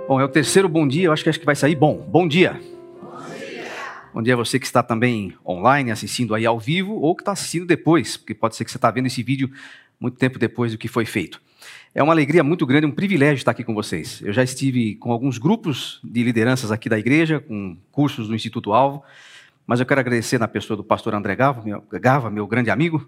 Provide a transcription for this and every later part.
Bom, é o terceiro bom dia, eu acho que vai sair bom. Bom dia. Bom dia a você que está também online, assistindo aí ao vivo, ou que está assistindo depois, porque pode ser que você está vendo esse vídeo muito tempo depois do que foi feito. É uma alegria muito grande, um privilégio estar aqui com vocês. Eu já estive com alguns grupos de lideranças aqui da igreja, com cursos do Instituto Alvo, mas eu quero agradecer na pessoa do pastor André Gava, meu grande amigo.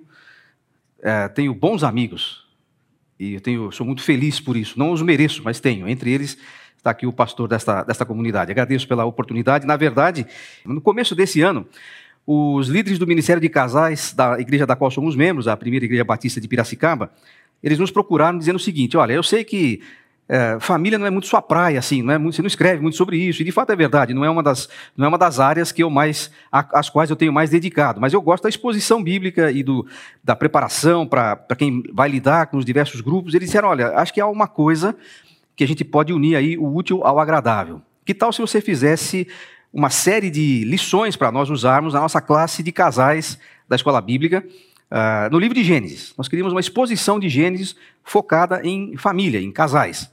Tenho bons amigos, e sou muito feliz por isso. Não os mereço, mas tenho. Entre eles está aqui o pastor desta comunidade. Agradeço pela oportunidade. Na verdade, no começo desse ano, os líderes do Ministério de Casais da igreja da qual somos membros, a Primeira Igreja Batista de Piracicaba, eles nos procuraram dizendo o seguinte: olha, eu sei que família não é muito sua praia, assim, você não escreve muito sobre isso, e de fato é verdade, não é uma das áreas que às quais eu tenho mais dedicado, mas eu gosto da exposição bíblica e da preparação para quem vai lidar com os diversos grupos. Eles disseram: olha, acho que há uma coisa que a gente pode unir aí o útil ao agradável. Que tal se você fizesse uma série de lições para nós usarmos na nossa classe de casais da Escola Bíblica, no livro de Gênesis? Nós queríamos uma exposição de Gênesis focada em família, em casais.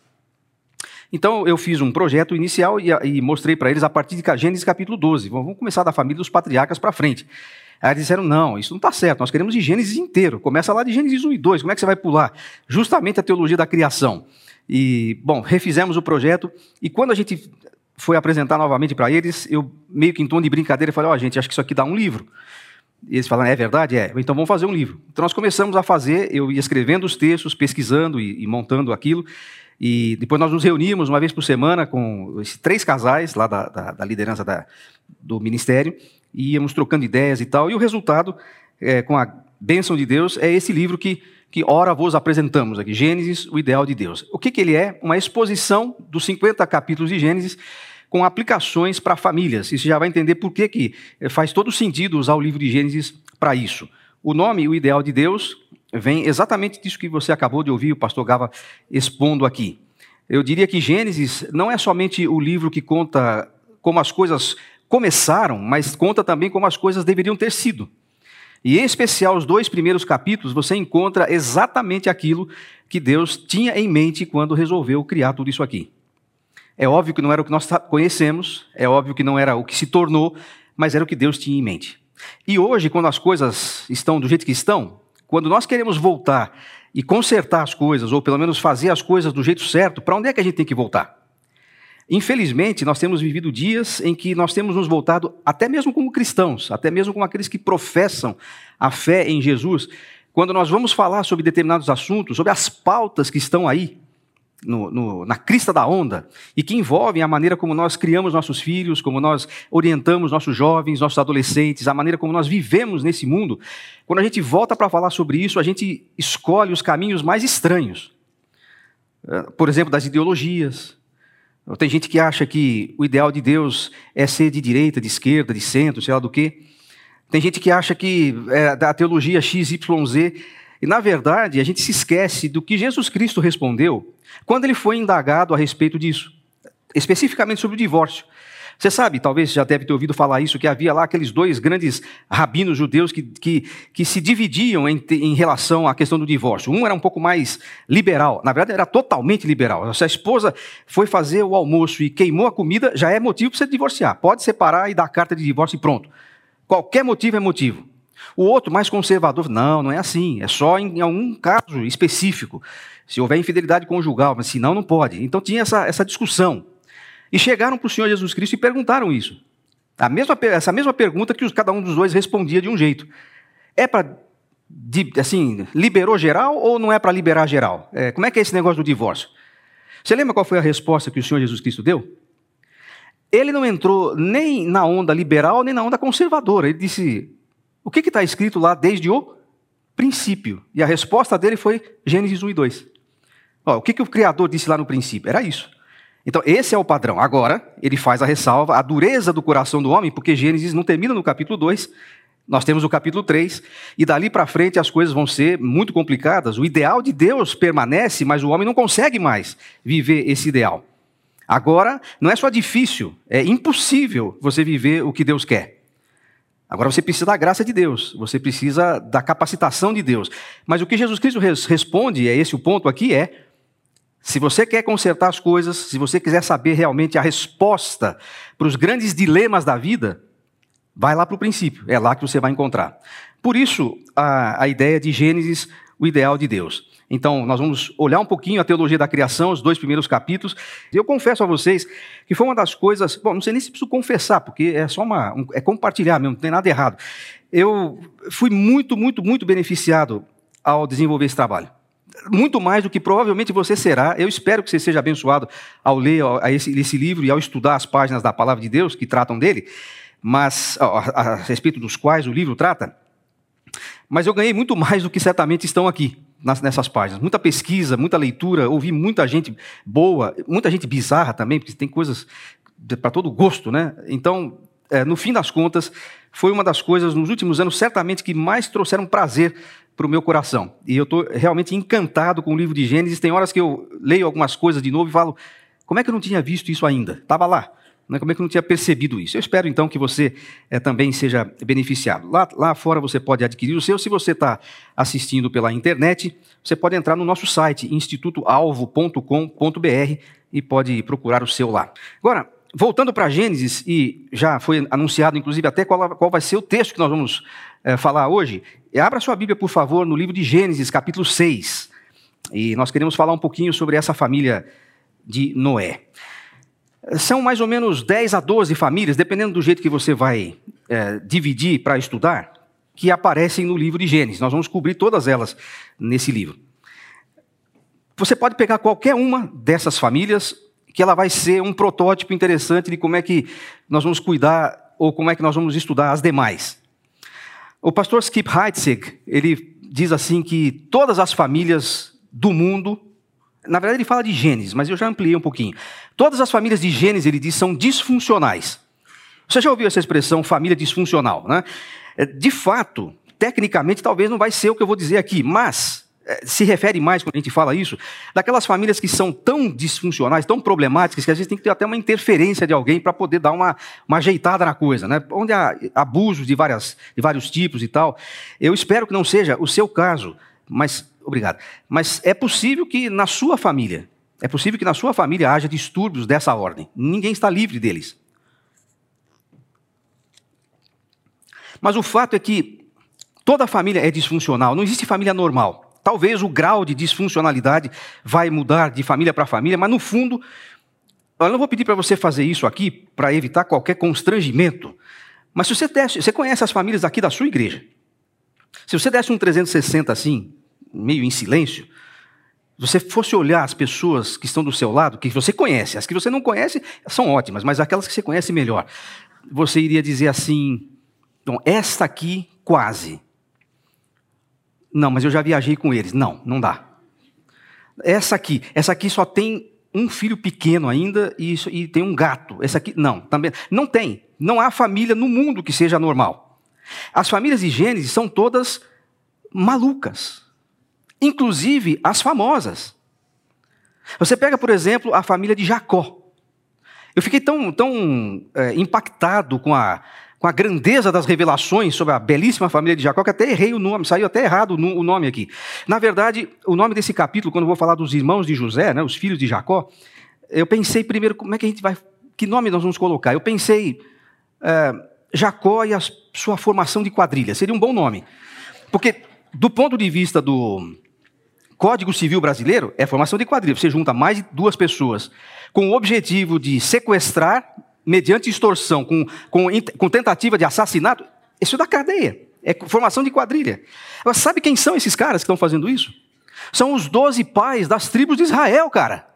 Então, eu fiz um projeto inicial e mostrei para eles a partir de Gênesis capítulo 12. Vamos começar da família dos patriarcas para frente. Aí eles disseram: não, isso não está certo, nós queremos de Gênesis inteiro. Começa lá de Gênesis 1 e 2, como é que você vai pular? Justamente a teologia da criação. E, bom, refizemos o projeto, e quando a gente foi apresentar novamente para eles, eu, meio que em tom de brincadeira, falei: gente, acho que isso aqui dá um livro. E eles falaram: é verdade? Então vamos fazer um livro. Então nós começamos a fazer, eu ia escrevendo os textos, pesquisando e montando aquilo, e depois nós nos reuníamos uma vez por semana com esses 3 casais lá da liderança do ministério, e íamos trocando ideias e tal, e o resultado, com a bênção de Deus, é esse livro que ora vos apresentamos aqui, Gênesis, o ideal de Deus. O que ele é? Uma exposição dos 50 capítulos de Gênesis com aplicações para famílias. E você já vai entender por que faz todo sentido usar o livro de Gênesis para isso. O nome, o ideal de Deus, vem exatamente disso que você acabou de ouvir o pastor Gava expondo aqui. Eu diria que Gênesis não é somente o livro que conta como as coisas começaram, mas conta também como as coisas deveriam ter sido. E, em especial, os 2 primeiros capítulos, você encontra exatamente aquilo que Deus tinha em mente quando resolveu criar tudo isso aqui. É óbvio que não era o que nós conhecemos, é óbvio que não era o que se tornou, mas era o que Deus tinha em mente. E hoje, quando as coisas estão do jeito que estão, quando nós queremos voltar e consertar as coisas, ou pelo menos fazer as coisas do jeito certo, para onde é que a gente tem que voltar? Infelizmente, nós temos vivido dias em que nós temos nos voltado, até mesmo como cristãos, até mesmo como aqueles que professam a fé em Jesus, quando nós vamos falar sobre determinados assuntos, sobre as pautas que estão aí, na crista da onda, e que envolvem a maneira como nós criamos nossos filhos, como nós orientamos nossos jovens, nossos adolescentes, a maneira como nós vivemos nesse mundo. Quando a gente volta para falar sobre isso, a gente escolhe os caminhos mais estranhos. Por exemplo, das ideologias. Tem gente que acha que o ideal de Deus é ser de direita, de esquerda, de centro, sei lá do quê. Tem gente que acha que é da teologia XYZ. E, na verdade, a gente se esquece do que Jesus Cristo respondeu quando ele foi indagado a respeito disso, especificamente sobre o divórcio. Você sabe, talvez já deve ter ouvido falar isso, que havia lá aqueles 2 grandes rabinos judeus que se dividiam em relação à questão do divórcio. Um era um pouco mais liberal, na verdade era totalmente liberal. Se a esposa foi fazer o almoço e queimou a comida, já é motivo para você divorciar. Pode separar e dar carta de divórcio e pronto. Qualquer motivo é motivo. O outro, mais conservador, não é assim, é só em algum caso específico. Se houver infidelidade conjugal, mas senão não pode. Então tinha essa discussão. E chegaram para o Senhor Jesus Cristo e perguntaram isso. Essa mesma pergunta que cada um dos 2 respondia de um jeito. É para, liberou geral ou não é para liberar geral? Como é que é esse negócio do divórcio? Você lembra qual foi a resposta que o Senhor Jesus Cristo deu? Ele não entrou nem na onda liberal, nem na onda conservadora. Ele disse: o que está escrito lá desde o princípio? E a resposta dele foi Gênesis 1 e 2. O que o Criador disse lá no princípio? Era isso. Então, esse é o padrão. Agora, ele faz a ressalva, a dureza do coração do homem, porque Gênesis não termina no capítulo 2, nós temos o capítulo 3, e dali para frente as coisas vão ser muito complicadas. O ideal de Deus permanece, mas o homem não consegue mais viver esse ideal. Agora, não é só difícil, é impossível você viver o que Deus quer. Agora você precisa da graça de Deus, você precisa da capacitação de Deus. Mas o que Jesus Cristo responde, é esse o ponto aqui, Se você quer consertar as coisas, se você quiser saber realmente a resposta para os grandes dilemas da vida, vai lá para o princípio, é lá que você vai encontrar. Por isso, a ideia de Gênesis, o ideal de Deus. Então, nós vamos olhar um pouquinho a teologia da criação, os 2 primeiros capítulos. Eu confesso a vocês que foi uma das coisas... Bom, não sei nem se preciso confessar, porque é só é compartilhar mesmo, não tem nada errado. Eu fui muito, muito, muito beneficiado ao desenvolver esse trabalho. Muito mais do que provavelmente você será. Eu espero que você seja abençoado ao ler esse livro e ao estudar as páginas da Palavra de Deus que tratam dele, mas a respeito dos quais o livro trata. Mas eu ganhei muito mais do que certamente estão aqui, nessas páginas. Muita pesquisa, muita leitura, ouvi muita gente boa, muita gente bizarra também, porque tem coisas para todo gosto, né? Então, no fim das contas, foi uma das coisas nos últimos anos, certamente, que mais trouxeram prazer para o meu coração. E eu estou realmente encantado com o livro de Gênesis. Tem horas que eu leio algumas coisas de novo e falo, como é que eu não tinha visto isso ainda? Estava lá. Como é que eu não tinha percebido isso? Eu espero, então, que você também seja beneficiado. Lá fora você pode adquirir o seu. Se você está assistindo pela internet, você pode entrar no nosso site, institutoalvo.com.br, e pode procurar o seu lá. Agora, voltando para Gênesis, e já foi anunciado, inclusive, até qual vai ser o texto que nós vamos falar hoje. Abra sua Bíblia, por favor, no livro de Gênesis, capítulo 6. E nós queremos falar um pouquinho sobre essa família de Noé. São mais ou menos 10 a 12 famílias, dependendo do jeito que você vai dividir para estudar, que aparecem no livro de Gênesis. Nós vamos cobrir todas elas nesse livro. Você pode pegar qualquer uma dessas famílias, que ela vai ser um protótipo interessante de como é que nós vamos cuidar, ou como é que nós vamos estudar as demais. O pastor Skip Heitzig, ele diz assim que todas as famílias do mundo, na verdade ele fala de Gênesis, mas eu já ampliei um pouquinho. Todas as famílias de Gênesis, ele diz, são disfuncionais. Você já ouviu essa expressão, família disfuncional, né? De fato, tecnicamente, talvez não vai ser o que eu vou dizer aqui, mas se refere mais, quando a gente fala isso, daquelas famílias que são tão disfuncionais, tão problemáticas, que às vezes tem que ter até uma interferência de alguém para poder dar uma ajeitada na coisa, né? Onde há abusos de vários tipos e tal. Eu espero que não seja o seu caso, mas... Obrigado. Mas é possível que na sua família haja distúrbios dessa ordem. Ninguém está livre deles. Mas o fato é que toda família é disfuncional. Não existe família normal. Talvez o grau de disfuncionalidade vai mudar de família para família, mas no fundo, eu não vou pedir para você fazer isso aqui para evitar qualquer constrangimento. Mas se você conhece as famílias aqui da sua igreja. Se você desse um 360 assim, meio em silêncio, se você fosse olhar as pessoas que estão do seu lado, que você conhece, as que você não conhece são ótimas, mas aquelas que você conhece melhor, você iria dizer assim, então, esta aqui quase. Não, mas eu já viajei com eles. Não dá. Essa aqui só tem um filho pequeno ainda e tem um gato. Essa aqui, não, também não tem. Não há família no mundo que seja normal. As famílias de Gênesis são todas malucas. Inclusive as famosas. Você pega, por exemplo, a família de Jacó. Eu fiquei tão impactado com a grandeza das revelações sobre a belíssima família de Jacó, que até errei o nome, saiu até errado o nome aqui. Na verdade, o nome desse capítulo, quando eu vou falar dos irmãos de José, né, os filhos de Jacó, eu pensei primeiro, como é que a gente vai, que nome nós vamos colocar? Eu pensei, Jacó e a sua formação de quadrilha, seria um bom nome. Porque, do ponto de vista do Código Civil Brasileiro, é formação de quadrilha. Você junta mais de 2 pessoas com o objetivo de sequestrar, mediante extorsão, com tentativa de assassinato, isso dá cadeia. É formação de quadrilha. Agora, sabe quem são esses caras que estão fazendo isso? São os 12 pais das tribos de Israel, cara.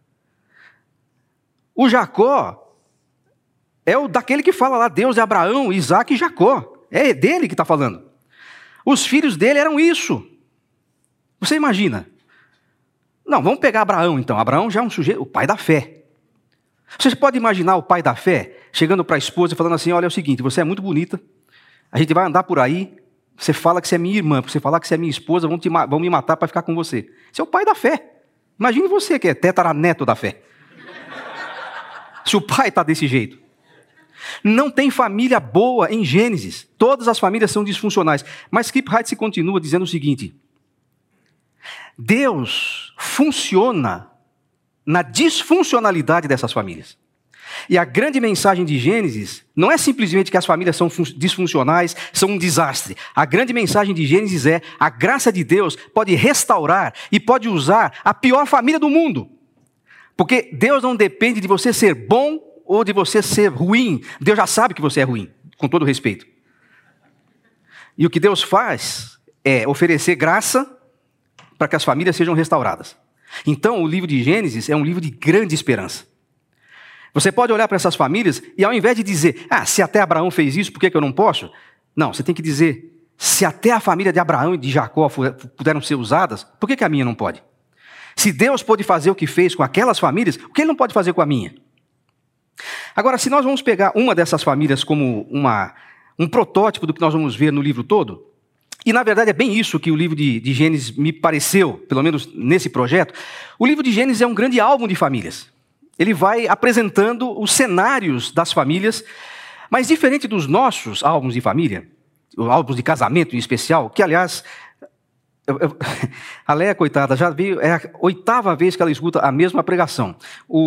O Jacó é o daquele que fala lá, Deus é Abraão, Isaac e Jacó. É dele que está falando. Os filhos dele eram isso. Você imagina? Não, vamos pegar Abraão então. Abraão já é um sujeito, o pai da fé. Você pode imaginar o pai da fé chegando para a esposa e falando assim, olha, é o seguinte, você é muito bonita, a gente vai andar por aí, você fala que você é minha irmã, você falar que você é minha esposa, vão me matar para ficar com você. Você é o pai da fé. Imagine você que é tetaraneto da fé. Se o pai está desse jeito. Não tem família boa em Gênesis. Todas as famílias são disfuncionais. Mas Skip Heitzig continua dizendo o seguinte, Deus funciona na disfuncionalidade dessas famílias. E a grande mensagem de Gênesis não é simplesmente que as famílias são disfuncionais, são um desastre. A grande mensagem de Gênesis é: a graça de Deus pode restaurar e pode usar a pior família do mundo. Porque Deus não depende de você ser bom ou de você ser ruim. Deus já sabe que você é ruim, com todo respeito. E o que Deus faz é oferecer graça para que as famílias sejam restauradas. Então, o livro de Gênesis é um livro de grande esperança. Você pode olhar para essas famílias e, ao invés de dizer: se até Abraão fez isso, por que eu não posso? Não, você tem que dizer: se até a família de Abraão e de Jacó puderam ser usadas, por que a minha não pode? Se Deus pôde fazer o que fez com aquelas famílias, o que Ele não pode fazer com a minha? Agora, se nós vamos pegar uma dessas famílias como um protótipo do que nós vamos ver no livro todo, e na verdade é bem isso que o livro de Gênesis me pareceu, pelo menos nesse projeto, o livro de Gênesis é um grande álbum de famílias. Ele vai apresentando os cenários das famílias, mas diferente dos nossos álbuns de família, álbuns de casamento em especial, que aliás, a Léa, coitada, já veio, é a 8ª vez que ela escuta a mesma pregação.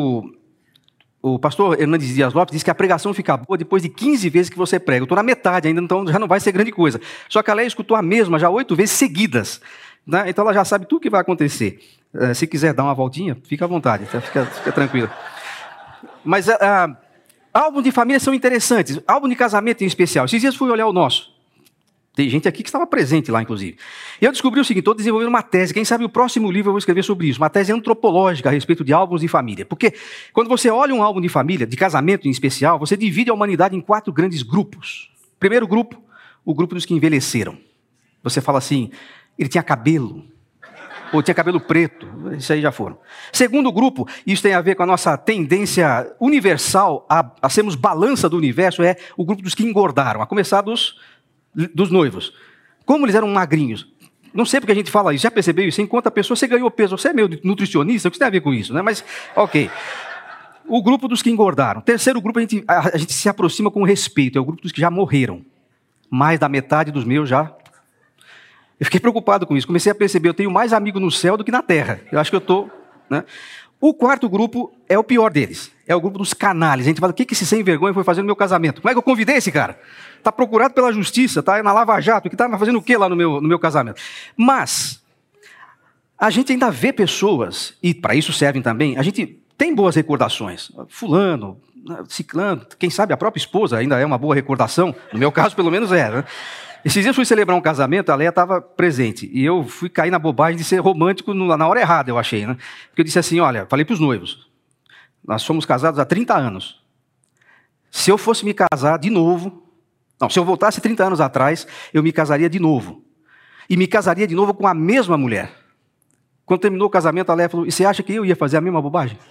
O pastor Hernandes Dias Lopes diz que a pregação fica boa depois de 15 vezes que você prega. Eu estou na metade ainda, então já não vai ser grande coisa. Só que a Léa escutou a mesma já 8 vezes seguidas, né? Então ela já sabe tudo o que vai acontecer. Se quiser dar uma voltinha, fica à vontade, tá? Fica tranquilo. Mas álbuns de família são interessantes. Álbum de casamento em especial. Esses dias fui olhar o nosso. Tem gente aqui que estava presente lá, inclusive. E eu descobri o seguinte: estou desenvolvendo uma tese. Quem sabe o próximo livro eu vou escrever sobre isso. Uma tese antropológica a respeito de álbuns de família. Porque quando você olha um álbum de família, de casamento em especial, você divide a humanidade em 4 grandes grupos. Primeiro grupo, o grupo dos que envelheceram. Você fala assim: ele tinha cabelo. Ou tinha cabelo preto. Isso aí já foram. Segundo grupo, isso tem a ver com a nossa tendência universal a sermos balança do universo, é o grupo dos que engordaram. A começar dos noivos. Como eles eram magrinhos. Não sei porque a gente fala isso. Já percebeu isso? Enquanto a pessoa, você ganhou peso. Você é meio nutricionista, o que tem a ver com isso, né? Mas, ok. O grupo dos que engordaram. Terceiro grupo, a gente se aproxima com respeito. É o grupo dos que já morreram. Mais da metade dos meus já. Eu fiquei preocupado com isso. Comecei a perceber, eu tenho mais amigo no céu do que na terra. Eu acho que eu estou... né? O quarto grupo é o pior deles. É o grupo dos canalhas. A gente fala: o que esse sem vergonha foi fazer no meu casamento? Como é que eu convidei esse cara? Está procurado pela justiça, está na Lava Jato, que está fazendo o quê lá no meu casamento? Mas a gente ainda vê pessoas, e para isso servem também, a gente tem boas recordações. Fulano, ciclano, quem sabe a própria esposa ainda é uma boa recordação. No meu caso, pelo menos é, né? Esses dias fui celebrar um casamento, a Léa estava presente, e eu fui cair na bobagem de ser romântico na hora errada, eu achei, né? Porque eu disse assim: olha, falei para os noivos, nós somos casados há 30 anos. Se eu fosse me casar de novo, se eu voltasse 30 anos atrás, eu me casaria de novo. E me casaria de novo com a mesma mulher. Quando terminou o casamento, a Léa falou: e você acha que eu ia fazer a mesma bobagem?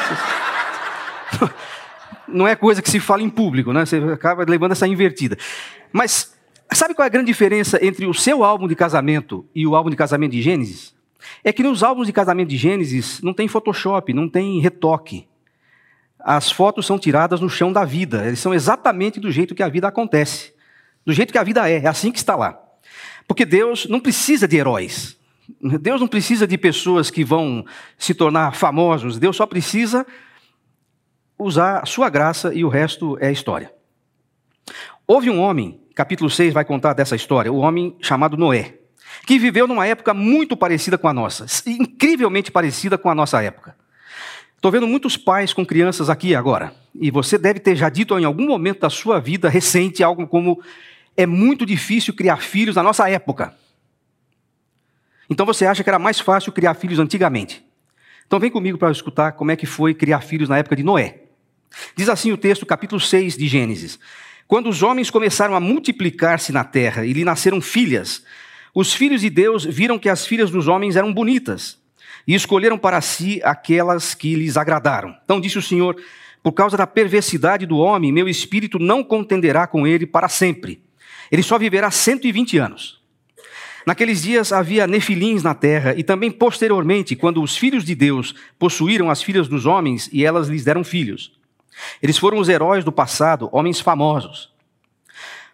Não é coisa que se fala em público, né? Você acaba levando essa invertida. Mas sabe qual é a grande diferença entre o seu álbum de casamento e o álbum de casamento de Gênesis? É que nos álbuns de casamento de Gênesis não tem Photoshop, não tem retoque. As fotos são tiradas no chão da vida. Eles são exatamente do jeito que a vida acontece. Do jeito que a vida é assim que está lá. Porque Deus não precisa de heróis. Deus não precisa de pessoas que vão se tornar famosos. Deus só precisa usar a sua graça e o resto é história. Houve um homem, capítulo 6 vai contar dessa história, o homem chamado Noé, que viveu numa época muito parecida com a nossa, incrivelmente parecida com a nossa época. Estou vendo muitos pais com crianças aqui agora, e você deve ter já dito em algum momento da sua vida recente algo como: é muito difícil criar filhos na nossa época. Então você acha que era mais fácil criar filhos antigamente. Então vem comigo para escutar como é que foi criar filhos na época de Noé. Diz assim o texto, capítulo 6 de Gênesis: quando os homens começaram a multiplicar-se na terra e lhe nasceram filhas, os filhos de Deus viram que as filhas dos homens eram bonitas e escolheram para si aquelas que lhes agradaram. Então disse o Senhor: por causa da perversidade do homem, meu espírito não contenderá com ele para sempre. Ele só viverá 120 anos. Naqueles dias havia nefilins na terra, e também posteriormente, quando os filhos de Deus possuíram as filhas dos homens e elas lhes deram filhos. Eles foram os heróis do passado, homens famosos.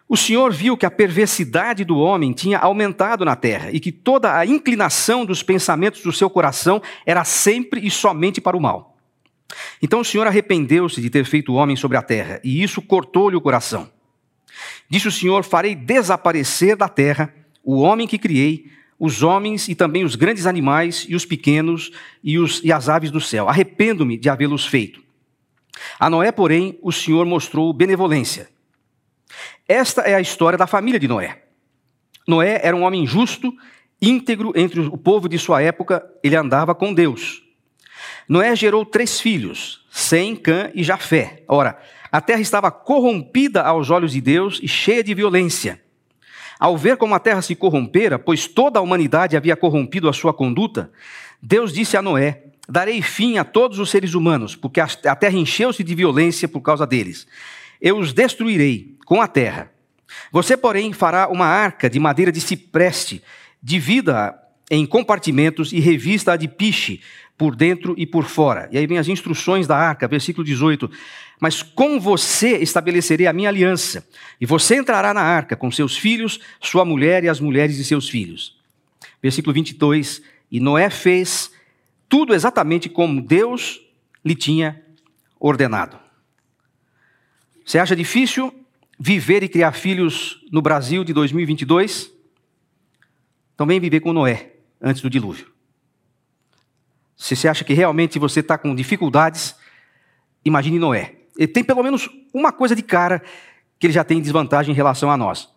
O Senhor viu que a perversidade do homem tinha aumentado na terra e que toda a inclinação dos pensamentos do seu coração era sempre e somente para o mal. Então o Senhor arrependeu-se de ter feito o homem sobre a terra, e isso cortou-lhe o coração. Disse o Senhor: farei desaparecer da terra o homem que criei, os homens e também os grandes animais e os pequenos e as aves do céu. Arrependo-me de havê-los feito. A Noé, porém, o Senhor mostrou benevolência. Esta é a história da família de Noé. Noé era um homem justo, íntegro entre o povo de sua época, ele andava com Deus. Noé gerou 3 filhos, Sem, Cã e Jafé. Ora, a terra estava corrompida aos olhos de Deus e cheia de violência. Ao ver como a terra se corrompera, pois toda a humanidade havia corrompido a sua conduta, Deus disse a Noé: darei fim a todos os seres humanos, porque a terra encheu-se de violência por causa deles. Eu os destruirei com a terra. Você, porém, fará uma arca de madeira de cipreste, divida-a em compartimentos e revista-a de piche, por dentro e por fora. E aí vem as instruções da arca, versículo 18. Mas com você estabelecerei a minha aliança, e você entrará na arca com seus filhos, sua mulher e as mulheres de seus filhos. Versículo 22. E Noé fez tudo exatamente como Deus lhe tinha ordenado. Você acha difícil viver e criar filhos no Brasil de 2022? Então vem viver com Noé, antes do dilúvio. Se você acha que realmente você está com dificuldades, imagine Noé. Ele tem pelo menos uma coisa de cara que ele já tem desvantagem em relação a nós.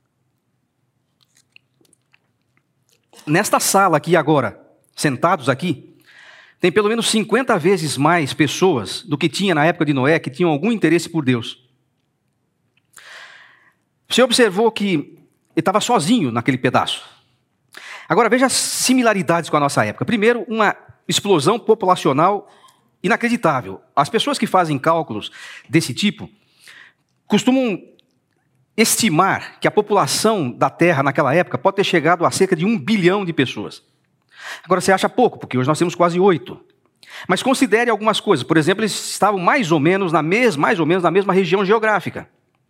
Nesta sala aqui agora, sentados aqui, tem pelo menos 50 vezes mais pessoas do que tinha na época de Noé, que tinham algum interesse por Deus. Você observou que ele estava sozinho naquele pedaço. Agora veja as similaridades com a nossa época. Primeiro, uma explosão populacional inacreditável. As pessoas que fazem cálculos desse tipo costumam estimar que a população da Terra naquela época pode ter chegado a cerca de 1 bilhão de pessoas. Agora você acha pouco, porque hoje nós temos quase 8. Mas considere algumas coisas. Por exemplo, eles estavam mais ou menos na mesma região geográfica.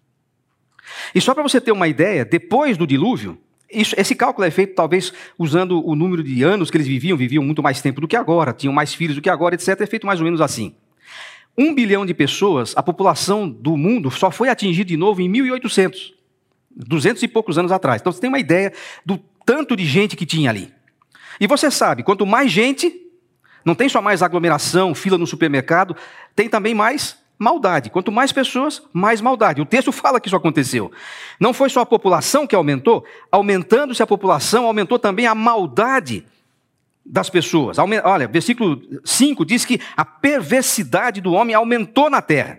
E só para você ter uma ideia, depois do dilúvio, esse cálculo é feito talvez usando o número de anos que eles viviam muito mais tempo do que agora, tinham mais filhos do que agora, etc. É feito mais ou menos assim. 1 bilhão de pessoas, a população do mundo só foi atingida de novo em 1800, 200 e poucos anos atrás. Então você tem uma ideia do tanto de gente que tinha ali. E você sabe, quanto mais gente, não tem só mais aglomeração, fila no supermercado, tem também mais maldade. Quanto mais pessoas, mais maldade. O texto fala que isso aconteceu. Não foi só a população que aumentou, aumentando-se a população, aumentou também a maldade das pessoas. Olha, versículo 5 diz que a perversidade do homem aumentou na terra.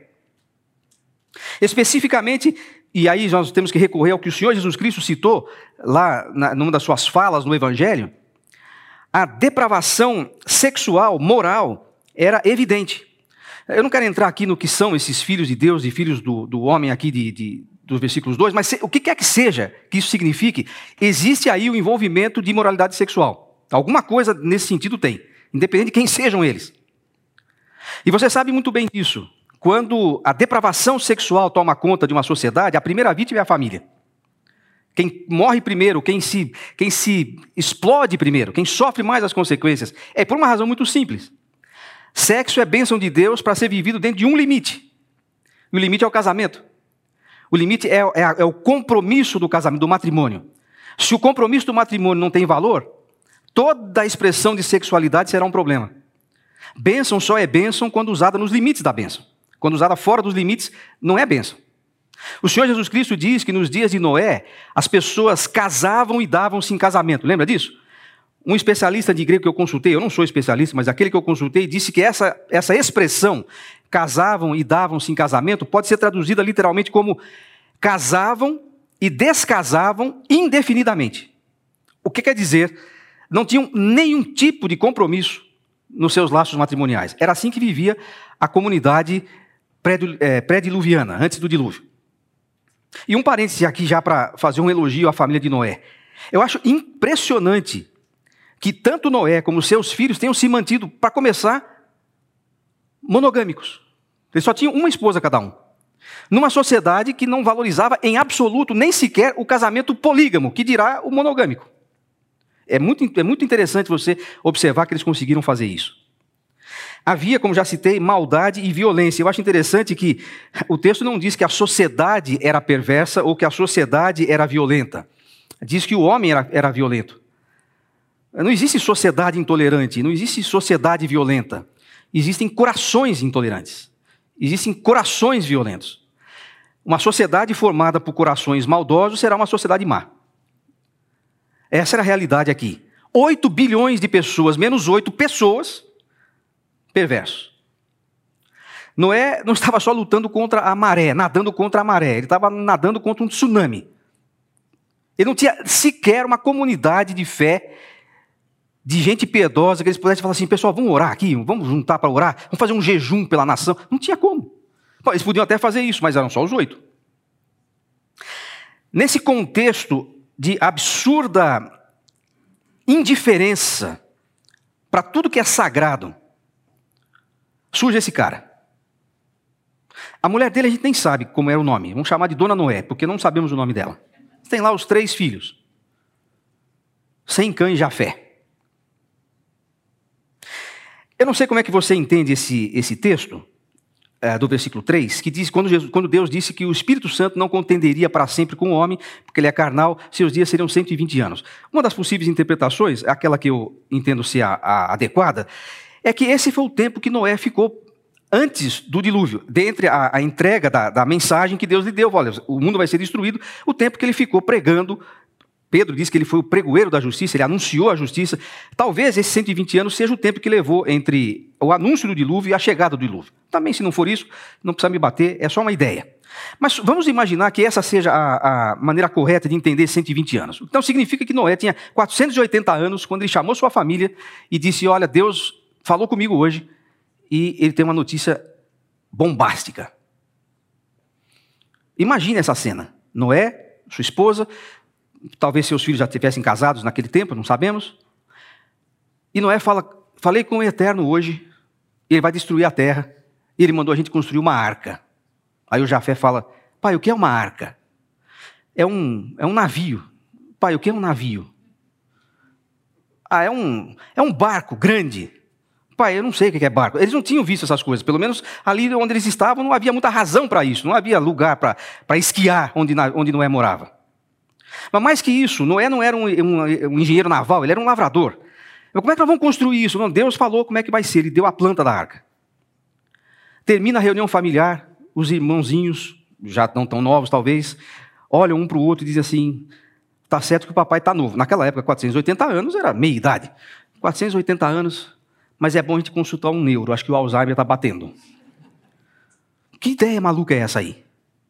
Especificamente, e aí nós temos que recorrer ao que o Senhor Jesus Cristo citou lá numa das suas falas no Evangelho, a depravação sexual, moral, era evidente. Eu não quero entrar aqui no que são esses filhos de Deus e filhos do homem aqui dos versículos 2, mas o que quer que seja que isso signifique, existe aí o envolvimento de imoralidade sexual. Alguma coisa nesse sentido tem, independente de quem sejam eles. E você sabe muito bem disso. Quando a depravação sexual toma conta de uma sociedade, a primeira vítima é a família. Quem morre primeiro, quem se explode primeiro, quem sofre mais as consequências, é por uma razão muito simples. Sexo é bênção de Deus para ser vivido dentro de um limite. E o limite é o casamento. O limite é o compromisso do casamento, do matrimônio. Se o compromisso do matrimônio não tem valor, toda a expressão de sexualidade será um problema. Bênção só é bênção quando usada nos limites da bênção. Quando usada fora dos limites, não é bênção. O Senhor Jesus Cristo diz que nos dias de Noé, as pessoas casavam e davam-se em casamento. Lembra disso? Um especialista de grego que eu consultei, eu não sou especialista, mas aquele que eu consultei, disse que essa expressão, casavam e davam-se em casamento, pode ser traduzida literalmente como casavam e descasavam indefinidamente. O que quer dizer? Não tinham nenhum tipo de compromisso nos seus laços matrimoniais. Era assim que vivia a comunidade pré-diluviana, antes do dilúvio. E um parêntese aqui já para fazer um elogio à família de Noé. Eu acho impressionante que tanto Noé como seus filhos tenham se mantido, para começar, monogâmicos. Eles só tinham uma esposa cada um. Numa sociedade que não valorizava em absoluto nem sequer o casamento polígamo, que dirá o monogâmico. É muito interessante você observar que eles conseguiram fazer isso. Havia, como já citei, maldade e violência. Eu acho interessante que o texto não diz que a sociedade era perversa ou que a sociedade era violenta. Diz que o homem era violento. Não existe sociedade intolerante, não existe sociedade violenta. Existem corações intolerantes. Existem corações violentos. Uma sociedade formada por corações maldosos será uma sociedade má. Essa era a realidade aqui. 8 bilhões de pessoas, menos 8 pessoas, perversos. Noé não estava só lutando contra a maré, nadando contra a maré. Ele estava nadando contra um tsunami. Ele não tinha sequer uma comunidade de fé, de gente piedosa, que eles pudessem falar assim, pessoal, vamos orar aqui, vamos juntar para orar, vamos fazer um jejum pela nação. Não tinha como. Eles podiam até fazer isso, mas eram só os 8. Nesse contexto de absurda indiferença para tudo que é sagrado, surge esse cara. A mulher dele a gente nem sabe como era o nome, vamos chamar de Dona Noé, porque não sabemos o nome dela. Tem lá os 3 filhos, Sem, Cã e Jafé. Eu não sei como é que você entende esse texto, do versículo 3, que diz, quando Deus disse que o Espírito Santo não contenderia para sempre com o homem, porque ele é carnal, seus dias seriam 120 anos. Uma das possíveis interpretações, aquela que eu entendo ser a adequada, é que esse foi o tempo que Noé ficou antes do dilúvio, dentre a entrega da mensagem que Deus lhe deu. Olha, o mundo vai ser destruído, o tempo que ele ficou pregando. Pedro diz que ele foi o pregoeiro da justiça, ele anunciou a justiça. Talvez esses 120 anos seja o tempo que levou entre o anúncio do dilúvio e a chegada do dilúvio. Também, se não for isso, não precisa me bater, é só uma ideia. Mas vamos imaginar que essa seja a maneira correta de entender 120 anos. Então significa que Noé tinha 480 anos quando ele chamou sua família e disse, olha, Deus falou comigo hoje e ele tem uma notícia bombástica. Imagine essa cena. Noé, sua esposa, talvez seus filhos já estivessem casados naquele tempo, não sabemos. E Noé fala, falei com o Eterno hoje, ele vai destruir a terra, e ele mandou a gente construir uma arca. Aí o Jafé fala, pai, o que é uma arca? É um navio. Pai, o que é um navio? Ah, é um barco grande. Pai, eu não sei o que é barco. Eles não tinham visto essas coisas, pelo menos ali onde eles estavam não havia muita razão para isso, não havia lugar para esquiar onde Noé morava. Mas mais que isso, Noé não era um engenheiro naval, ele era um lavrador. Mas como é que nós vamos construir isso? Não, Deus falou como é que vai ser, ele deu a planta da arca. Termina a reunião familiar, os irmãozinhos, já não tão novos talvez, olham um para o outro e dizem assim, está certo que o papai está novo. Naquela época, 480 anos era meia idade. 480 anos, mas é bom a gente consultar um neuro, acho que o Alzheimer está batendo. Que ideia maluca é essa aí?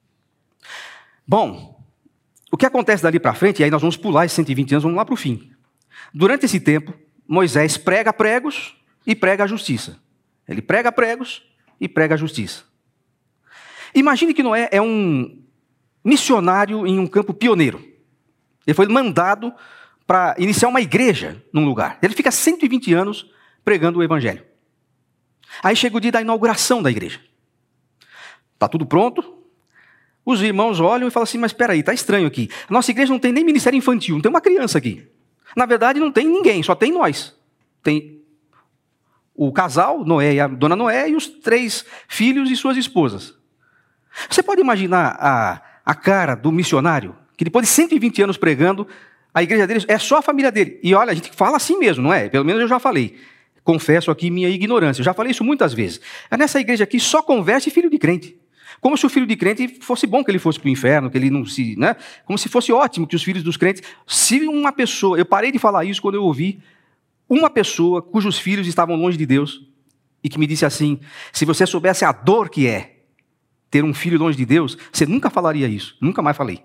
Bom, o que acontece dali para frente, e aí nós vamos pular esses 120 anos, vamos lá para o fim. Durante esse tempo, Moisés prega pregos e prega a justiça. Ele prega pregos e prega a justiça. Imagine que Noé é um missionário em um campo pioneiro. Ele foi mandado para iniciar uma igreja num lugar. Ele fica 120 anos pregando o evangelho. Aí chega o dia da inauguração da igreja. Está tudo pronto. Os irmãos olham e falam assim, mas espera aí, está estranho aqui. A nossa igreja não tem nem ministério infantil, não tem uma criança aqui. Na verdade, não tem ninguém, só tem nós. Tem o casal, Noé e a Dona Noé, e os 3 filhos e suas esposas. Você pode imaginar a cara do missionário, que depois de 120 anos pregando, a igreja deles é só a família dele. E olha, a gente fala assim mesmo, não é? Pelo menos eu já falei. Confesso aqui minha ignorância, eu já falei isso muitas vezes. Nessa igreja aqui só converte filho de crente. Como se o filho de crente fosse bom que ele fosse para o inferno, que ele não se... né? Como se fosse ótimo que os filhos dos crentes... Se uma pessoa... Eu parei de falar isso quando eu ouvi uma pessoa cujos filhos estavam longe de Deus e que me disse assim, se você soubesse a dor que é ter um filho longe de Deus, você nunca falaria isso. Nunca mais falei.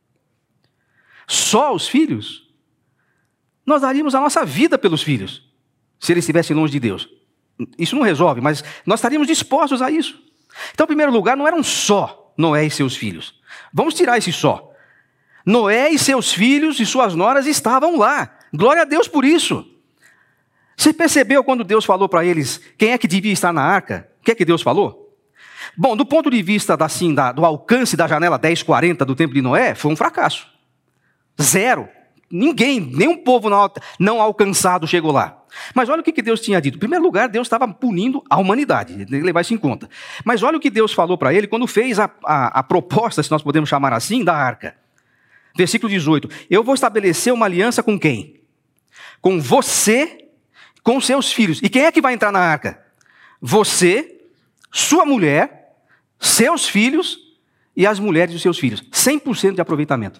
Só os filhos? Nós daríamos a nossa vida pelos filhos, se eles estivessem longe de Deus. Isso não resolve, mas nós estaríamos dispostos a isso. Então, em primeiro lugar, não eram só Noé e seus filhos. Vamos tirar esse só. Noé e seus filhos e suas noras estavam lá. Glória a Deus por isso. Você percebeu quando Deus falou para eles quem é que devia estar na arca? O que é que Deus falou? Bom, do ponto de vista do alcance da janela 1040 do tempo de Noé, foi um fracasso. Zero. Ninguém, nenhum povo não alcançado chegou lá. Mas olha o que Deus tinha dito. Em primeiro lugar, Deus estava punindo a humanidade, tem que levar isso em conta. Mas olha o que Deus falou para ele quando fez a proposta, se nós podemos chamar assim, da arca. Versículo 18. Eu vou estabelecer uma aliança com quem? Com você, com seus filhos. E quem é que vai entrar na arca? Você, sua mulher, seus filhos e as mulheres dos seus filhos. 100% de aproveitamento.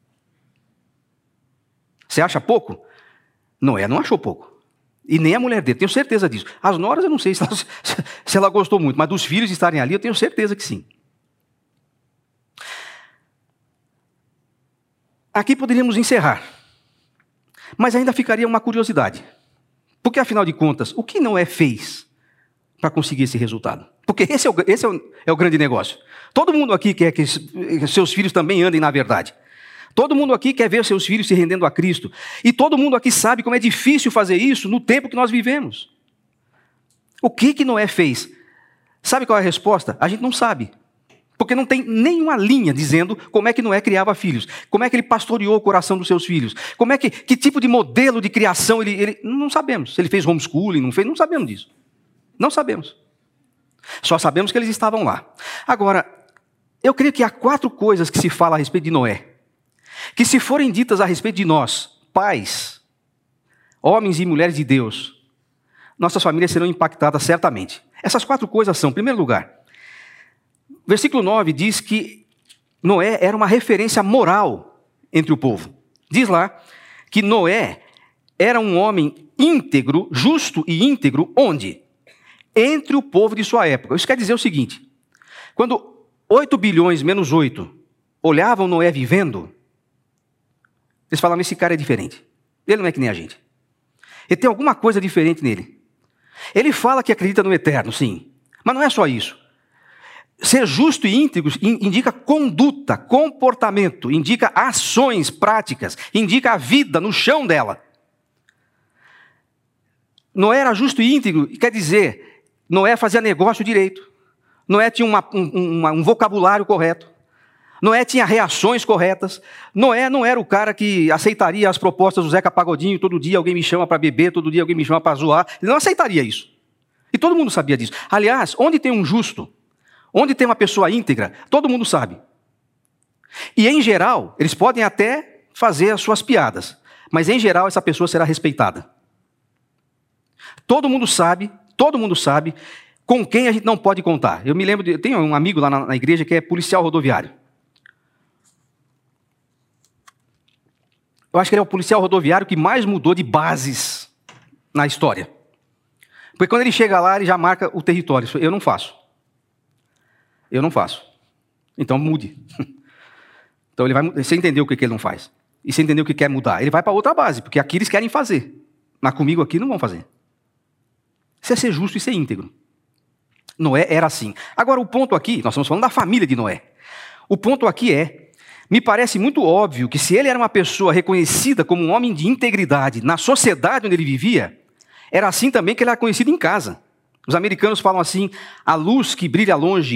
Você acha pouco? Noé não achou pouco. E nem a mulher dele, tenho certeza disso. As noras eu não sei se ela gostou muito, mas dos filhos estarem ali eu tenho certeza que sim. Aqui poderíamos encerrar. Mas ainda ficaria uma curiosidade. Porque afinal de contas, o que Noé fez para conseguir esse resultado? Porque esse é o grande negócio. Todo mundo aqui quer que seus filhos também andem na verdade. Todo mundo aqui quer ver seus filhos se rendendo a Cristo. E todo mundo aqui sabe como é difícil fazer isso no tempo que nós vivemos. O que Noé fez? Sabe qual é a resposta? A gente não sabe. Porque não tem nenhuma linha dizendo como é que Noé criava filhos. Como é que ele pastoreou o coração dos seus filhos. Que tipo de modelo de criação ele... Não sabemos. Se ele fez homeschooling, não fez, não sabemos disso. Não sabemos. Só sabemos que eles estavam lá. Agora, eu creio que há 4 coisas que se fala a respeito de Noé. Que se forem ditas a respeito de nós, pais, homens e mulheres de Deus, nossas famílias serão impactadas certamente. Essas 4 coisas são, em primeiro lugar, versículo 9 diz que Noé era uma referência moral entre o povo. Diz lá que Noé era um homem íntegro, justo e íntegro, onde? Entre o povo de sua época. Isso quer dizer o seguinte, quando 8 bilhões menos 8 olhavam Noé vivendo, eles falavam, esse cara é diferente. Ele não é que nem a gente. Ele tem alguma coisa diferente nele. Ele fala que acredita no eterno, sim. Mas não é só isso. Ser justo e íntegro indica conduta, comportamento, indica ações práticas, indica a vida no chão dela. Noé era justo e íntegro, quer dizer, Noé fazia negócio direito. Noé tinha um vocabulário correto. Noé tinha reações corretas. Noé não era o cara que aceitaria as propostas do Zeca Pagodinho, todo dia alguém me chama para beber, todo dia alguém me chama para zoar. Ele não aceitaria isso. E todo mundo sabia disso. Aliás, onde tem um justo, onde tem uma pessoa íntegra, todo mundo sabe. E em geral, eles podem até fazer as suas piadas, mas em geral essa pessoa será respeitada. Todo mundo sabe com quem a gente não pode contar. Eu me lembro, eu tenho um amigo lá na igreja que é policial rodoviário. Eu acho que ele é o policial rodoviário que mais mudou de bases na história. Porque quando ele chega lá, ele já marca o território. Eu não faço. Então mude. Então você entendeu o que ele não faz. E você entendeu o que quer mudar. Ele vai para outra base, porque aqui eles querem fazer. Mas comigo aqui não vão fazer. Isso é ser justo e ser íntegro. Noé era assim. Agora o ponto aqui, nós estamos falando da família de Noé. O ponto aqui me parece muito óbvio que se ele era uma pessoa reconhecida como um homem de integridade na sociedade onde ele vivia, era assim também que ele era conhecido em casa. Os americanos falam assim, a luz que brilha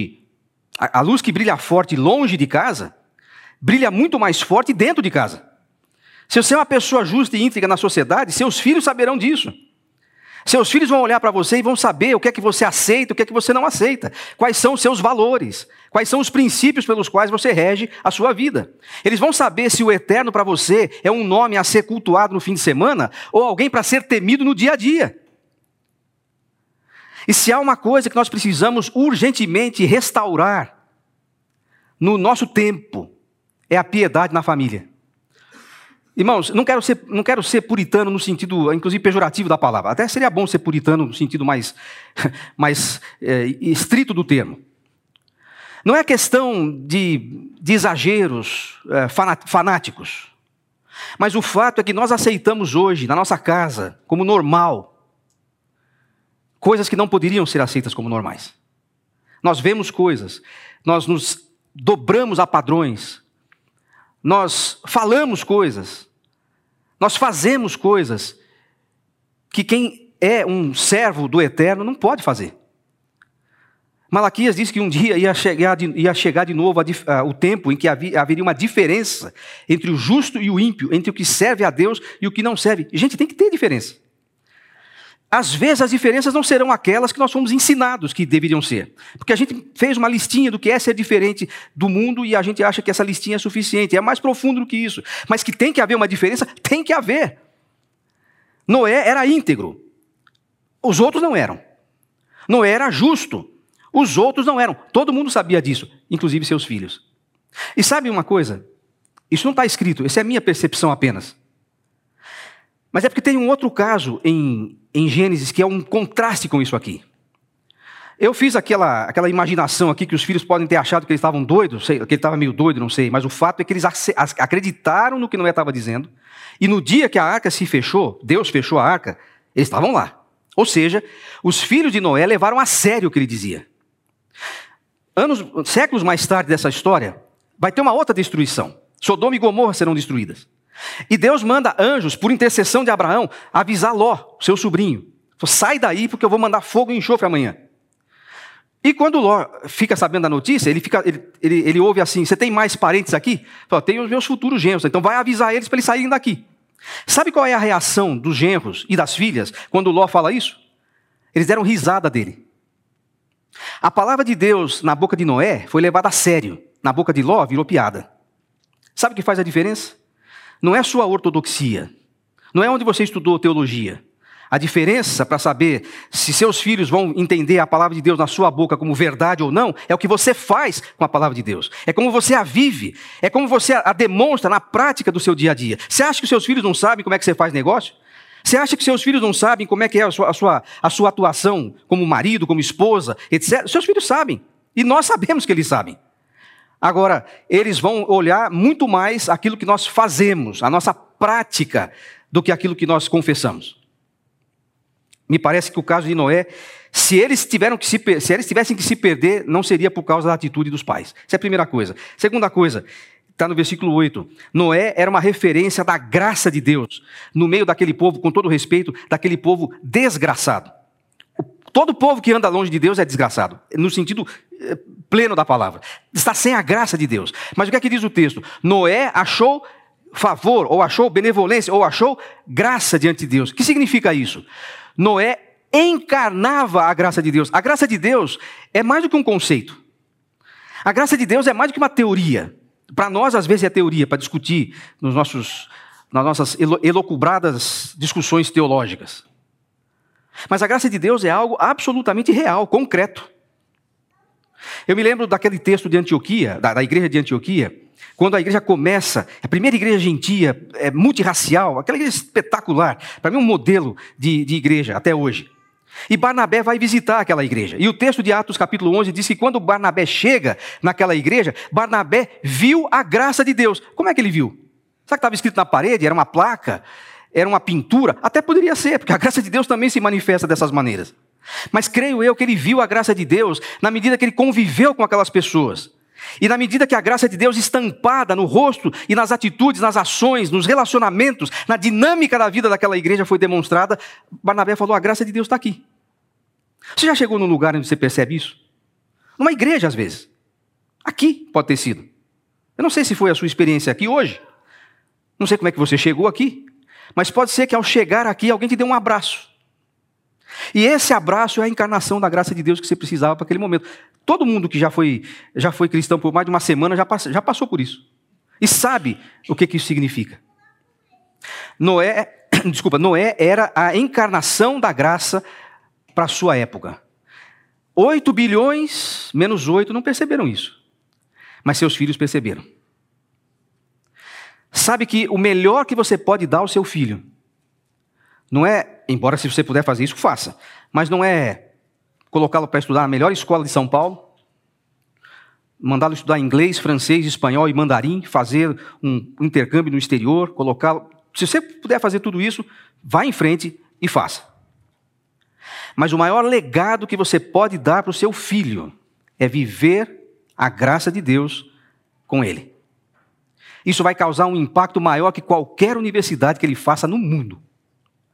forte longe de casa, brilha muito mais forte dentro de casa. Se você é uma pessoa justa e íntegra na sociedade, seus filhos saberão disso. Seus filhos vão olhar para você e vão saber o que é que você aceita, o que é que você não aceita. Quais são os seus valores, quais são os princípios pelos quais você rege a sua vida. Eles vão saber se o eterno para você é um nome a ser cultuado no fim de semana ou alguém para ser temido no dia a dia. E se há uma coisa que nós precisamos urgentemente restaurar no nosso tempo, é a piedade na família. Irmãos, não quero ser puritano no sentido, inclusive, pejorativo da palavra. Até seria bom ser puritano no sentido mais estrito do termo. Não é questão de exageros fanáticos. Mas o fato é que nós aceitamos hoje, na nossa casa, como normal, coisas que não poderiam ser aceitas como normais. Nós vemos coisas, nós nos dobramos a padrões, nós falamos coisas, nós fazemos coisas que quem é um servo do Eterno não pode fazer. Malaquias diz que um dia ia chegar de novo o tempo em que haveria uma diferença entre o justo e o ímpio, entre o que serve a Deus e o que não serve. Gente, tem que ter diferença. Às vezes as diferenças não serão aquelas que nós fomos ensinados que deveriam ser. Porque a gente fez uma listinha do que é ser diferente do mundo e a gente acha que essa listinha é suficiente. É mais profundo do que isso. Mas que tem que haver uma diferença, tem que haver. Noé era íntegro. Os outros não eram. Noé era justo. Os outros não eram. Todo mundo sabia disso, inclusive seus filhos. E sabe uma coisa? Isso não está escrito, essa é a minha percepção apenas. Mas é porque tem um outro caso em Gênesis que é um contraste com isso aqui. Eu fiz aquela imaginação aqui que os filhos podem ter achado que eles estavam doidos, que ele estava meio doido, não sei, mas o fato é que eles acreditaram no que Noé estava dizendo, e no dia que a arca se fechou, Deus fechou a arca, eles estavam lá. Ou seja, os filhos de Noé levaram a sério o que ele dizia. Séculos mais tarde dessa história, vai ter uma outra destruição. Sodoma e Gomorra serão destruídas. E Deus manda anjos, por intercessão de Abraão, avisar Ló, seu sobrinho. Sai daí porque eu vou mandar fogo e enxofre amanhã. E quando Ló fica sabendo da notícia, ele ouve assim, você tem mais parentes aqui? Fala, tem os meus futuros genros, então vai avisar eles para eles saírem daqui. Sabe qual é a reação dos genros e das filhas quando Ló fala isso? Eles deram risada dele. A palavra de Deus na boca de Noé foi levada a sério. Na boca de Ló virou piada. Sabe o que faz a diferença? Não é a sua ortodoxia. Não é onde você estudou teologia. A diferença para saber se seus filhos vão entender a palavra de Deus na sua boca como verdade ou não, é o que você faz com a palavra de Deus. É como você a vive. É como você a demonstra na prática do seu dia a dia. Você acha que seus filhos não sabem como é que você faz negócio? Você acha que seus filhos não sabem como é que é a sua atuação como marido, como esposa, etc? Seus filhos sabem. E nós sabemos que eles sabem. Agora, eles vão olhar muito mais aquilo que nós fazemos, a nossa prática, do que aquilo que nós confessamos. Me parece que o caso de Noé, se eles tivessem que se perder, não seria por causa da atitude dos pais. Essa é a primeira coisa. Segunda coisa, está no versículo 8. Noé era uma referência da graça de Deus, no meio daquele povo, com todo respeito, daquele povo desgraçado. Todo povo que anda longe de Deus é desgraçado, no sentido pleno da palavra. Está sem a graça de Deus. Mas o que é que diz o texto? Noé achou favor, ou achou benevolência, ou achou graça diante de Deus. O que significa isso? Noé encarnava a graça de Deus. A graça de Deus é mais do que um conceito. A graça de Deus é mais do que uma teoria. Para nós, às vezes, é teoria, para discutir nas nossas elocubradas discussões teológicas. Mas a graça de Deus é algo absolutamente real, concreto. Eu me lembro daquele texto de Antioquia, da igreja de Antioquia, quando a igreja começa, a primeira igreja gentia, multirracial, aquela igreja espetacular, para mim um modelo de igreja até hoje. E Barnabé vai visitar aquela igreja. E o texto de Atos capítulo 11 diz que quando Barnabé chega naquela igreja, Barnabé viu a graça de Deus. Como é que ele viu? Sabe que estava escrito na parede? Era uma placa? Era uma pintura? Até poderia ser, porque a graça de Deus também se manifesta dessas maneiras. Mas creio eu que ele viu a graça de Deus na medida que ele conviveu com aquelas pessoas. E na medida que a graça de Deus estampada no rosto e nas atitudes, nas ações, nos relacionamentos, na dinâmica da vida daquela igreja foi demonstrada, Barnabé falou, a graça de Deus está aqui. Você já chegou num lugar onde você percebe isso? Numa igreja, às vezes. Aqui pode ter sido. Eu não sei se foi a sua experiência aqui hoje. Não sei como é que você chegou aqui. Mas pode ser que ao chegar aqui, alguém te dê um abraço. E esse abraço é a encarnação da graça de Deus que você precisava para aquele momento. Todo mundo que já foi cristão por mais de uma semana já passou por isso. E sabe o que isso significa. Noé era a encarnação da graça para a sua época. 8 bilhões menos 8 não perceberam isso. Mas seus filhos perceberam. Sabe que o melhor que você pode dar ao seu filho não é, embora se você puder fazer isso, faça, mas não é colocá-lo para estudar na melhor escola de São Paulo, mandá-lo estudar inglês, francês, espanhol e mandarim, fazer um intercâmbio no exterior, colocá-lo... Se você puder fazer tudo isso, vá em frente e faça. Mas o maior legado que você pode dar para o seu filho é viver a graça de Deus com ele. Isso vai causar um impacto maior que qualquer universidade que ele faça no mundo.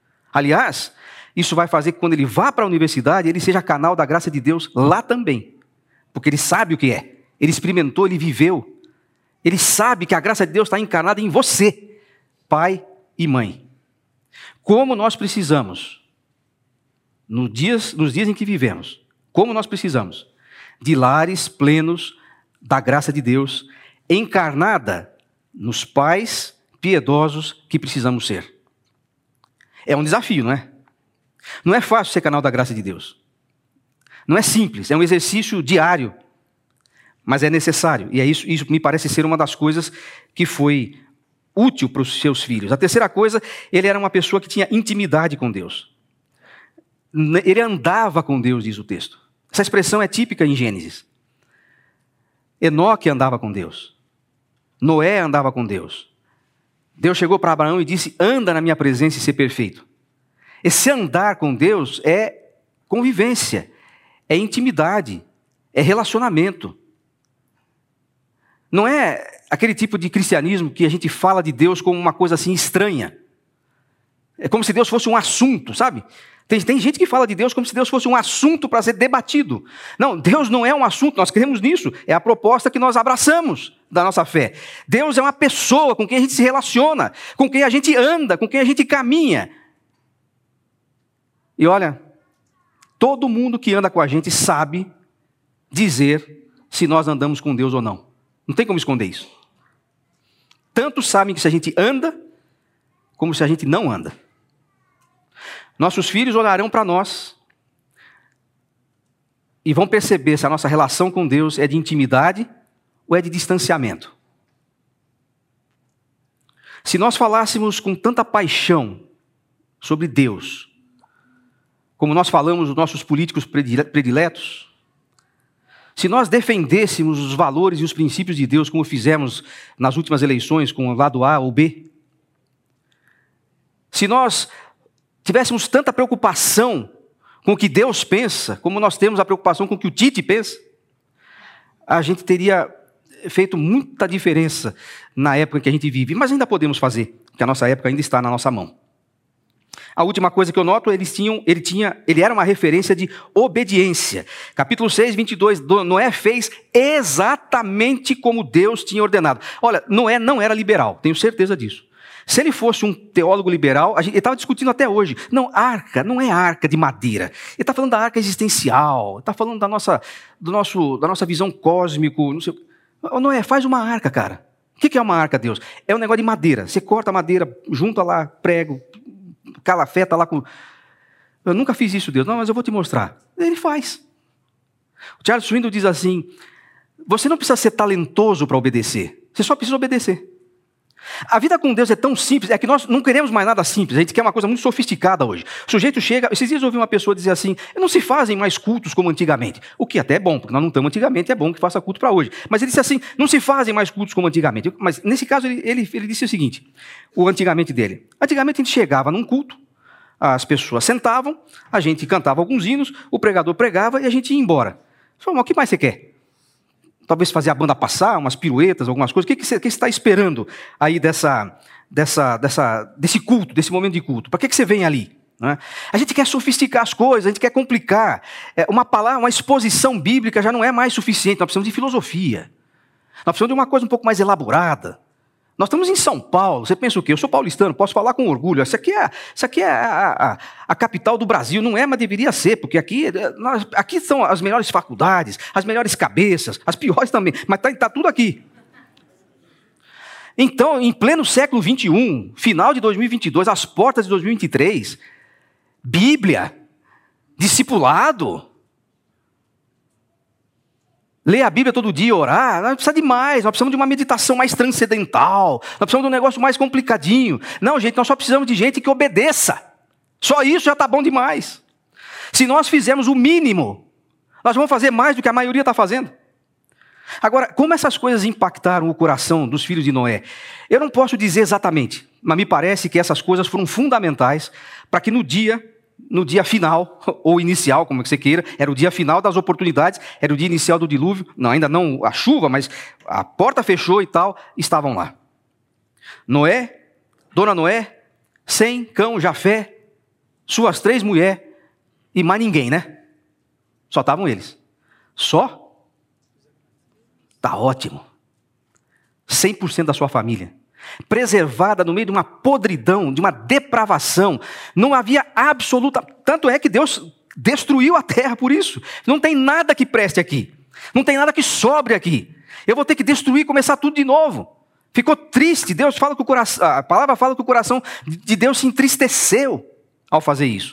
Aliás, isso vai fazer que quando ele vá para a universidade, ele seja canal da graça de Deus lá também. porque ele sabe o que é. Ele experimentou, ele viveu. Ele sabe que a graça de Deus está encarnada em você, pai e mãe. Como nós precisamos, nos dias em que vivemos, como nós precisamos de lares plenos da graça de Deus, encarnada nos pais piedosos que precisamos ser. É um desafio, não é? Não é fácil ser canal da graça de Deus. Não é simples, é um exercício diário, mas é necessário. E isso me parece ser uma das coisas que foi útil para os seus filhos. A terceira coisa, ele era uma pessoa que tinha intimidade com Deus. Ele andava com Deus, diz o texto. Essa expressão é típica em Gênesis. Enoque andava com Deus. Noé andava com Deus. Deus chegou para Abraão e disse: anda na minha presença e ser perfeito. Esse andar com Deus é convivência, é intimidade, é relacionamento. Não é aquele tipo de cristianismo que a gente fala de Deus como uma coisa assim estranha. É como se Deus fosse um assunto, sabe? Tem gente que fala de Deus como se Deus fosse um assunto para ser debatido. Não, Deus não é um assunto, nós cremos nisso. É a proposta que nós abraçamos da nossa fé. Deus é uma pessoa com quem a gente se relaciona, com quem a gente anda, com quem a gente caminha. E olha, todo mundo que anda com a gente sabe dizer se nós andamos com Deus ou não. Não tem como esconder isso. Tanto sabem que se a gente anda, como se a gente não anda. Nossos filhos olharão para nós e vão perceber se a nossa relação com Deus é de intimidade ou é de distanciamento. Se nós falássemos com tanta paixão sobre Deus, como nós falamos dos nossos políticos prediletos, se nós defendêssemos os valores e os princípios de Deus, como fizemos nas últimas eleições com o lado A ou B, se nós tivéssemos tanta preocupação com o que Deus pensa, como nós temos a preocupação com o que o Tite pensa, a gente teria feito muita diferença na época que a gente vive, mas ainda podemos fazer, porque a nossa época ainda está na nossa mão. A última coisa que eu noto, ele era uma referência de obediência. Capítulo 6, 22, Noé fez exatamente como Deus tinha ordenado. Olha, Noé não era liberal, tenho certeza disso. Se ele fosse um teólogo liberal, ele estava discutindo até hoje. Não, arca não é arca de madeira. Ele está falando da arca existencial, está falando da nossa visão cósmico. Não sei. Noé, faz uma arca, cara. O que é uma arca, Deus? É um negócio de madeira. Você corta a madeira, junta lá, prego, calafeta lá com... Eu nunca fiz isso, Deus. Não, mas eu vou te mostrar. Ele faz. O Charles Swindoll diz assim: você não precisa ser talentoso para obedecer. Você só precisa obedecer. A vida com Deus é tão simples, é que nós não queremos mais nada simples, a gente quer uma coisa muito sofisticada hoje. O sujeito chega, esses dias eu ouvi uma pessoa dizer assim: não se fazem mais cultos como antigamente. O que até é bom, porque nós não estamos antigamente, é bom que faça culto para hoje. Mas ele disse assim: não se fazem mais cultos como antigamente. Mas nesse caso ele disse o seguinte, o antigamente dele. Antigamente a gente chegava num culto, as pessoas sentavam, a gente cantava alguns hinos, o pregador pregava e a gente ia embora. Falei: o que mais você quer? Talvez fazer a banda passar, umas piruetas, algumas coisas. O que você está esperando aí desse culto, desse momento de culto? Para que você vem ali? Né? A gente quer sofisticar as coisas, a gente quer complicar. Uma exposição bíblica já não é mais suficiente, nós precisamos de filosofia. Nós precisamos de uma coisa um pouco mais elaborada. Nós estamos em São Paulo, você pensa o quê? Eu sou paulistano, posso falar com orgulho. Isso aqui é a capital do Brasil, não é, mas deveria ser, porque aqui são as melhores faculdades, as melhores cabeças, as piores também, mas está tudo aqui. Então, em pleno século XXI, final de 2022, às portas de 2023, Bíblia, discipulado, ler a Bíblia todo dia e orar, nós precisamos de mais, nós precisamos de uma meditação mais transcendental, nós precisamos de um negócio mais complicadinho. Não, gente, nós só precisamos de gente que obedeça. Só isso já está bom demais. Se nós fizermos o mínimo, nós vamos fazer mais do que a maioria está fazendo. Agora, como essas coisas impactaram o coração dos filhos de Noé? Eu não posso dizer exatamente, mas me parece que essas coisas foram fundamentais para que no dia final, ou inicial, como você queira, era o dia final das oportunidades, era o dia inicial do dilúvio, não, ainda não a chuva, mas a porta fechou e tal, estavam lá. Noé, Dona Noé, Sem, Cão, Jafé, suas 3 mulheres e mais ninguém, né? Só estavam eles. Só está ótimo. 100% da sua família. Preservada no meio de uma podridão, de uma depravação. Não havia absoluta... Tanto é que Deus destruiu a terra por isso. Não tem nada que preste aqui. Não tem nada que sobre aqui. Eu vou ter que destruir e começar tudo de novo. Ficou triste. Deus fala que o coração... A palavra fala que o coração de Deus se entristeceu ao fazer isso.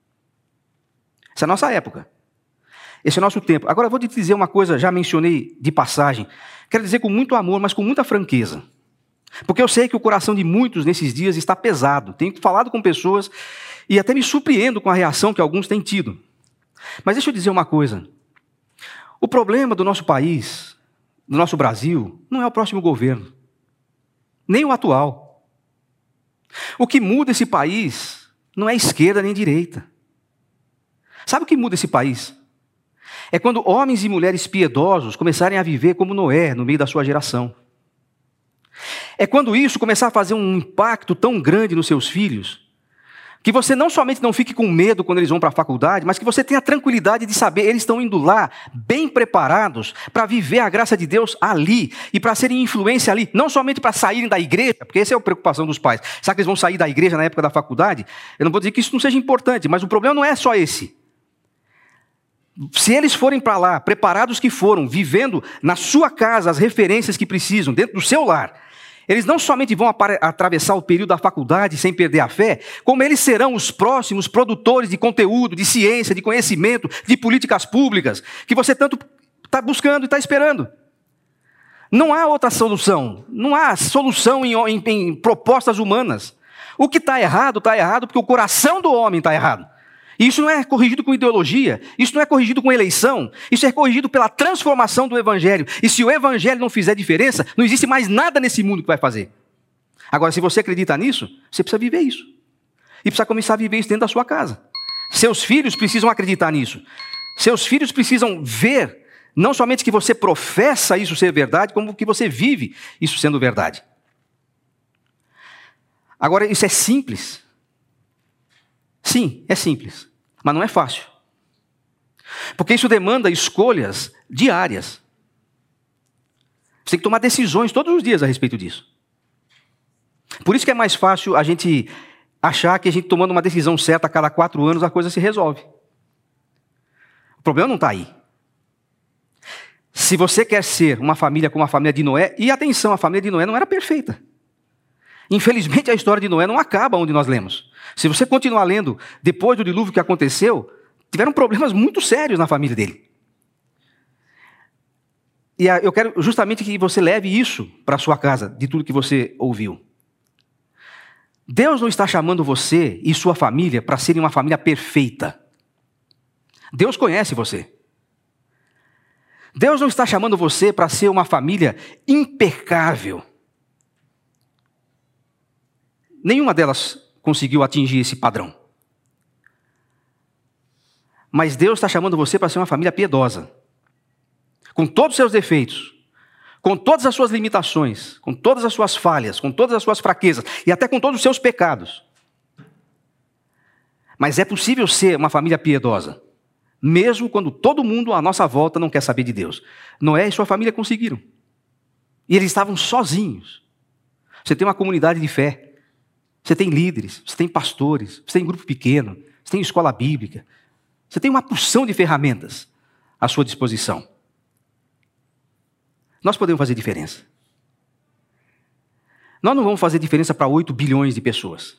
Essa é a nossa época. Esse é o nosso tempo. Agora eu vou te dizer uma coisa, já mencionei de passagem. Quero dizer com muito amor, mas com muita franqueza. Porque eu sei que o coração de muitos nesses dias está pesado. Tenho falado com pessoas e até me surpreendo com a reação que alguns têm tido. Mas deixa eu dizer uma coisa. O problema do nosso país, do nosso Brasil, não é o próximo governo. Nem o atual. O que muda esse país não é esquerda nem direita. Sabe o que muda esse país? É quando homens e mulheres piedosos começarem a viver como Noé no meio da sua geração. É quando isso começar a fazer um impacto tão grande nos seus filhos, que você não somente não fique com medo quando eles vão para a faculdade, mas que você tenha a tranquilidade de saber, eles estão indo lá bem preparados para viver a graça de Deus ali, e para serem influência ali, não somente para saírem da igreja, porque essa é a preocupação dos pais. Será que eles vão sair da igreja na época da faculdade? Eu não vou dizer que isso não seja importante, mas o problema não é só esse. Se eles forem para lá, preparados que foram, vivendo na sua casa as referências que precisam, dentro do seu lar, eles não somente vão atravessar o período da faculdade sem perder a fé, como eles serão os próximos produtores de conteúdo, de ciência, de conhecimento, de políticas públicas, que você tanto está buscando e está esperando. Não há outra solução. Não há solução em propostas humanas. O que está errado porque o coração do homem está errado. E isso não é corrigido com ideologia, isso não é corrigido com eleição, isso é corrigido pela transformação do Evangelho. E se o Evangelho não fizer diferença, não existe mais nada nesse mundo que vai fazer. Agora, se você acredita nisso, você precisa viver isso. E precisa começar a viver isso dentro da sua casa. Seus filhos precisam acreditar nisso. Seus filhos precisam ver, não somente que você professa isso ser verdade, como que você vive isso sendo verdade. Agora, isso é simples. Sim, é simples, mas não é fácil. Porque isso demanda escolhas diárias. Você tem que tomar decisões todos os dias a respeito disso. Por isso que é mais fácil a gente achar que a gente tomando uma decisão certa a cada 4 anos a coisa se resolve. O problema não está aí. Se você quer ser uma família como a família de Noé, e atenção, a família de Noé não era perfeita. Infelizmente, a história de Noé não acaba onde nós lemos. Se você continuar lendo, depois do dilúvio que aconteceu, tiveram problemas muito sérios na família dele. E eu quero justamente que você leve isso para a sua casa, de tudo que você ouviu. Deus não está chamando você e sua família para serem uma família perfeita. Deus conhece você. Deus não está chamando você para ser uma família impecável. Nenhuma delas conseguiu atingir esse padrão. Mas Deus está chamando você para ser uma família piedosa. Com todos os seus defeitos, com todas as suas limitações, com todas as suas falhas, com todas as suas fraquezas e até com todos os seus pecados. Mas é possível ser uma família piedosa, mesmo quando todo mundo à nossa volta não quer saber de Deus. Noé e sua família conseguiram. E eles estavam sozinhos. Você tem uma comunidade de fé. Você tem líderes, você tem pastores, você tem grupo pequeno, você tem escola bíblica. Você tem uma porção de ferramentas à sua disposição. Nós podemos fazer diferença. Nós não vamos fazer diferença para 8 bilhões de pessoas.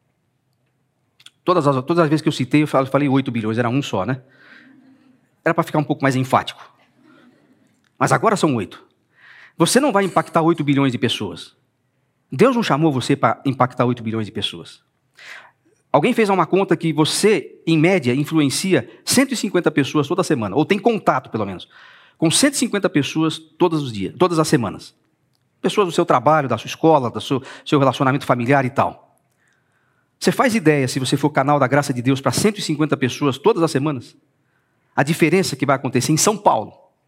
Todas as vezes que eu citei, eu falei 8 bilhões, era um só, né? Era para ficar um pouco mais enfático. Mas agora são 8. Você não vai impactar 8 bilhões de pessoas. Deus não chamou você para impactar 8 bilhões de pessoas. Alguém fez uma conta que você, em média, influencia 150 pessoas toda semana, ou tem contato, pelo menos, com 150 pessoas todos os dias, todas as semanas. Pessoas do seu trabalho, da sua escola, do seu relacionamento familiar e tal. Você faz ideia, se você for canal da graça de Deus para 150 pessoas todas as semanas? A diferença que vai acontecer em São Paulo.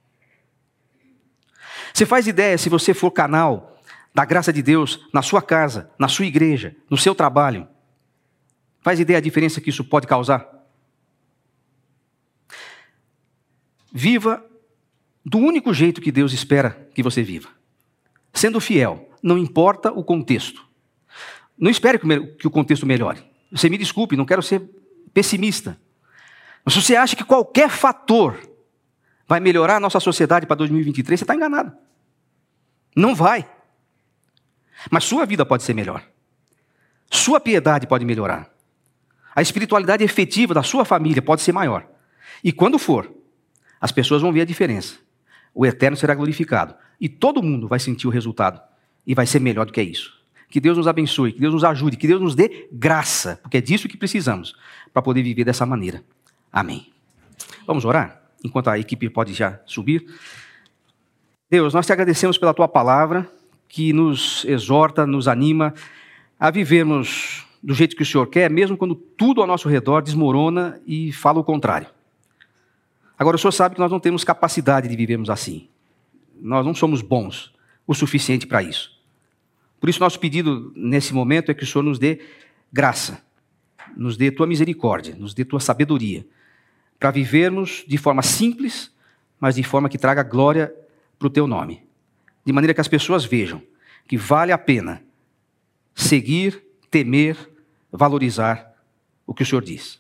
Você faz ideia, se você for canal da graça de Deus na sua casa, na sua igreja, no seu trabalho? Faz ideia a diferença que isso pode causar? Viva do único jeito que Deus espera que você viva. Sendo fiel, não importa o contexto. Não espere que o contexto melhore. Você me desculpe, não quero ser pessimista. Mas se você acha que qualquer fator vai melhorar a nossa sociedade para 2023, você está enganado. Não vai. Mas sua vida pode ser melhor. Sua piedade pode melhorar. A espiritualidade efetiva da sua família pode ser maior. E quando for, as pessoas vão ver a diferença. O eterno será glorificado. E todo mundo vai sentir o resultado. E vai ser melhor do que isso. Que Deus nos abençoe, que Deus nos ajude, que Deus nos dê graça. Porque é disso que precisamos para poder viver dessa maneira. Amém. Vamos orar? Enquanto a equipe pode já subir. Deus, nós te agradecemos pela tua palavra, que nos exorta, nos anima a vivermos do jeito que o Senhor quer, mesmo quando tudo ao nosso redor desmorona e fala o contrário. Agora, o Senhor sabe que nós não temos capacidade de vivermos assim. Nós não somos bons o suficiente para isso. Por isso, nosso pedido nesse momento é que o Senhor nos dê graça, nos dê tua misericórdia, nos dê tua sabedoria, para vivermos de forma simples, mas de forma que traga glória para o teu nome. De maneira que as pessoas vejam que vale a pena seguir, temer, valorizar o que o Senhor diz.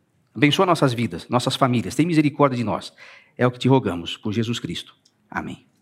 Abençoa nossas vidas, nossas famílias, tem misericórdia de nós. É o que te rogamos, por Jesus Cristo. Amém.